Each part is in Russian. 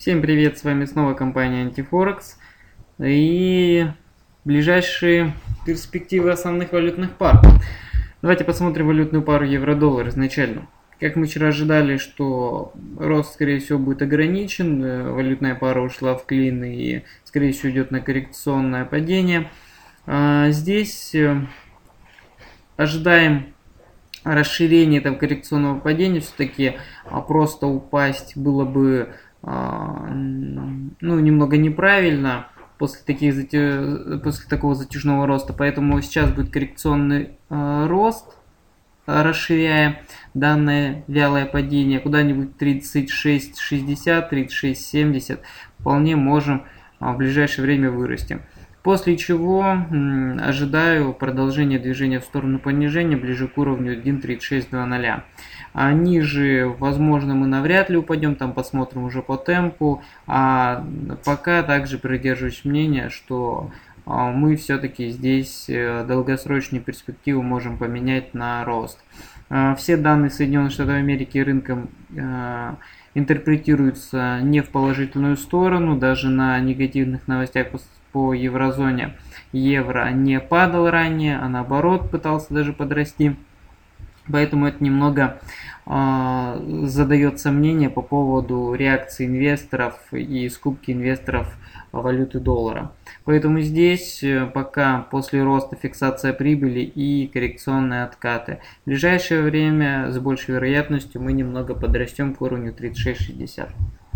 Всем привет, с вами снова компания Антифорекс и ближайшие перспективы основных валютных пар. Давайте посмотрим валютную пару евро-доллар изначально. Как мы вчера ожидали, что рост, скорее всего, будет ограничен, валютная пара ушла в клин и, скорее всего, идет на коррекционное падение. Здесь ожидаем расширение этого коррекционного падения, все-таки просто упасть было бы немного неправильно после такого затяжного роста, поэтому сейчас будет коррекционный рост, расширяя данное вялое падение куда-нибудь 36.60, 36.70, вполне можем в ближайшее время вырасти. После чего ожидаю продолжения движения в сторону понижения ближе к уровню 1.3620. А ниже, возможно, мы навряд ли упадем, там посмотрим уже по темпу. А пока также придерживаюсь мнения, что мы все-таки здесь долгосрочные перспективы можем поменять на рост. Все данные Соединенных Штатов Америки рынком интерпретируются не в положительную сторону, даже на негативных новостях по еврозоне евро не падал ранее, а наоборот пытался даже подрасти. Поэтому это немного задает сомнения по поводу реакции инвесторов и скупки инвесторов валюты доллара. Поэтому здесь пока после роста фиксация прибыли и коррекционные откаты. В ближайшее время с большей вероятностью мы немного подрастем к уровню 36.60.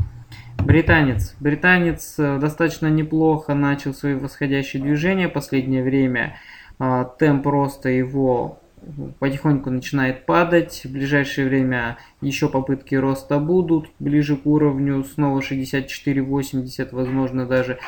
Британец достаточно неплохо начал свои восходящие движения в последнее время. Темп роста его потихоньку начинает падать. В ближайшее время еще попытки роста будут ближе к уровню снова 64.80, возможно даже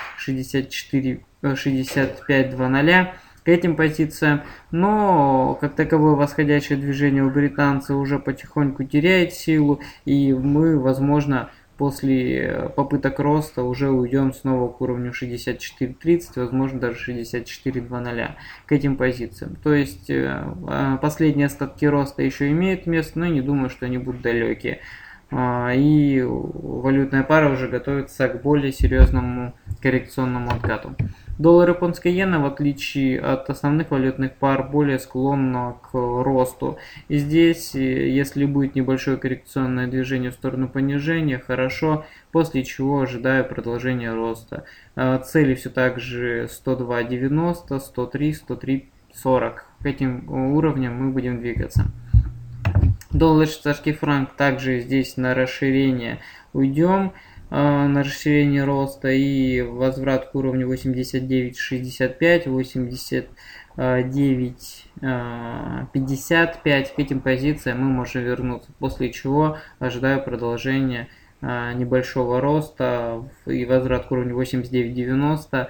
65.20 к этим позициям. Но как таковое восходящее движение у британца уже потихоньку теряет силу, и мы, возможно, после попыток роста уже уйдем снова к уровню 64.30, возможно даже 64.20 к этим позициям. То есть последние остатки роста еще имеют место, но не думаю, что они будут далекие. И валютная пара уже готовится к более серьезному коррекционному откату. Доллар японская иена, в отличие от основных валютных пар, более склонна к росту. И здесь, если будет небольшое коррекционное движение в сторону понижения, хорошо, после чего ожидаю продолжения роста. Цели все так же 102.90, 103, 103.40. К этим уровням мы будем двигаться. Доллар швейцарский франк также здесь на расширение уйдем, на расширение роста и возврат к уровню 89.65, 89.55. К этим позициям мы можем вернуться, после чего ожидаю продолжения небольшого роста и возврат к уровню 89.90.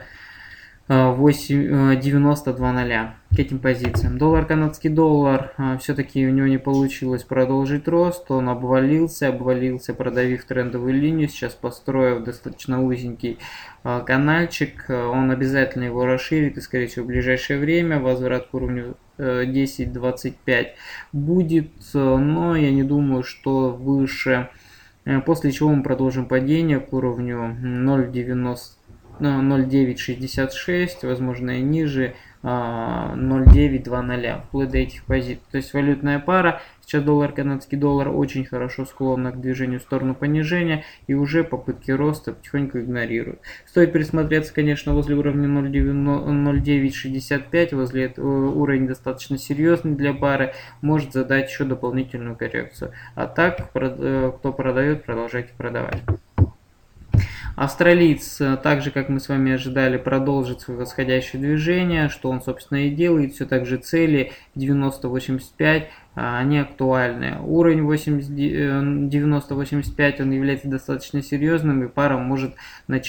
90.20 к этим позициям. Доллар канадский доллар, все-таки у него не получилось продолжить рост, он обвалился, продавив трендовую линию, сейчас построив достаточно узенький канальчик, он обязательно его расширит и, скорее всего, в ближайшее время возврат к уровню 10.25 будет, но я не думаю, что выше, после чего мы продолжим падение к уровню 0.966, возможно и ниже 0.920, вплоть до этих позиций. То есть валютная пара, сейчас доллар канадский доллар очень хорошо склонна к движению в сторону понижения и уже попытки роста потихоньку игнорируют. Стоит присмотреться, конечно, возле уровня 0.965, возле этого уровень достаточно серьезный для пары, может задать еще дополнительную коррекцию. А так, кто продает, продолжайте продавать. Австралиец, так же как мы с вами ожидали, продолжит свое восходящее движение, что он, собственно, и делает. Все так же цели 90.85, они актуальны. Уровень 90.85 он является достаточно серьезным, и пара может начать